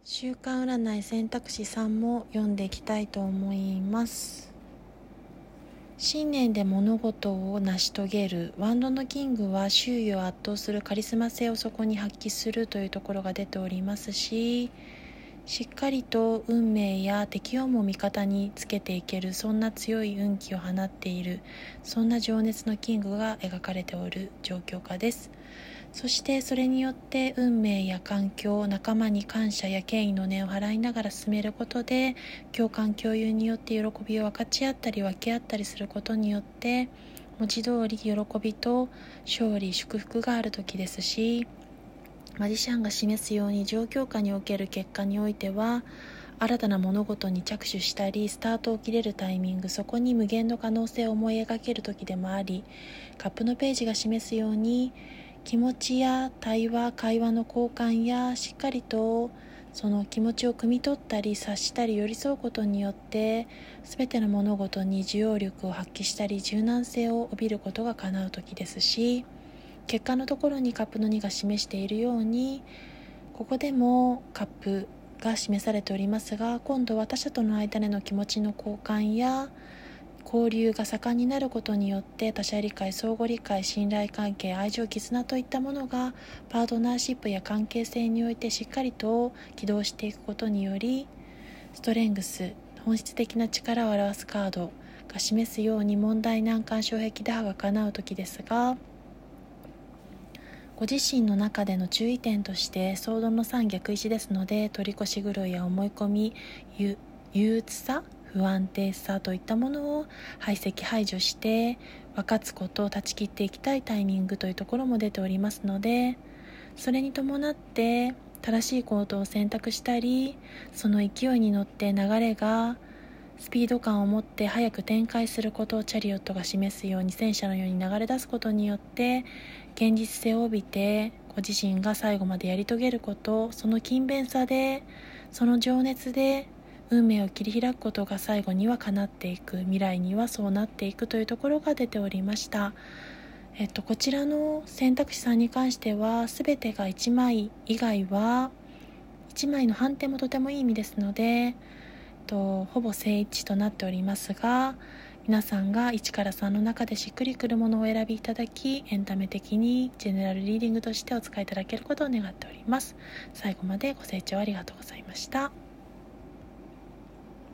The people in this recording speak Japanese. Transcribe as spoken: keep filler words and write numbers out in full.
週間占い選択肢さんも読んでいきたいと思います。新年で物事を成し遂げる。ワンドのキングは周囲を圧倒するカリスマ性をそこに発揮するというところが出ておりますし、しっかりと運命や適応も味方につけていける、そんな強い運気を放っている、そんな情熱のキングが描かれておる状況下です。そしてそれによって運命や環境、仲間に感謝や敬意の念を払いながら進めることで、共感共有によって喜びを分かち合ったり分け合ったりすることによって、文字通り喜びと勝利、祝福がある時ですし、マジシャンが示すように状況下における結果においては、新たな物事に着手したりスタートを切れるタイミング、そこに無限の可能性を思い描ける時でもあり、カップのページが示すように気持ちや対話、会話の交換やしっかりとその気持ちを汲み取ったり察したり寄り添うことによって全ての物事に受容力を発揮したり柔軟性を帯びることが叶う時ですし、結果のところにカップのにが示しているように、ここでもカップが示されておりますが、今度は他者との間での気持ちの交換や交流が盛んになることによって他者理解、相互理解、信頼関係、愛情、絆といったものがパートナーシップや関係性においてしっかりと起動していくことにより、ストレングス、本質的な力を表すカードが示すように問題、難関、障壁、打破が叶う時ですが、ご自身の中での注意点としてソードのさん逆位置ですので、取り越し狂いや思い込み、憂鬱さ、不安定さといったものを排斥排除して分かつことを断ち切っていきたいタイミングというところも出ておりますので、それに伴って正しい行動を選択したり、その勢いに乗って流れがスピード感を持って早く展開することをチャリオットが示すように戦車のように流れ出すことによって現実性を帯びてご自身が最後までやり遂げること、その勤勉さで、その情熱で運命を切り開くことが最後には叶っていく、未来にはそうなっていくというところが出ておりました。えっと、こちらの選択肢さんに関しては全てがいちまい以外はいちまいの判定もとてもいい意味ですので、えっと、ほぼ正一となっておりますが、皆さんがいちからさんの中でしっくりくるものをお選びいただき、エンタメ的にジェネラルリーディングとしてお使いいただけることを願っております。最後までご清聴ありがとうございました。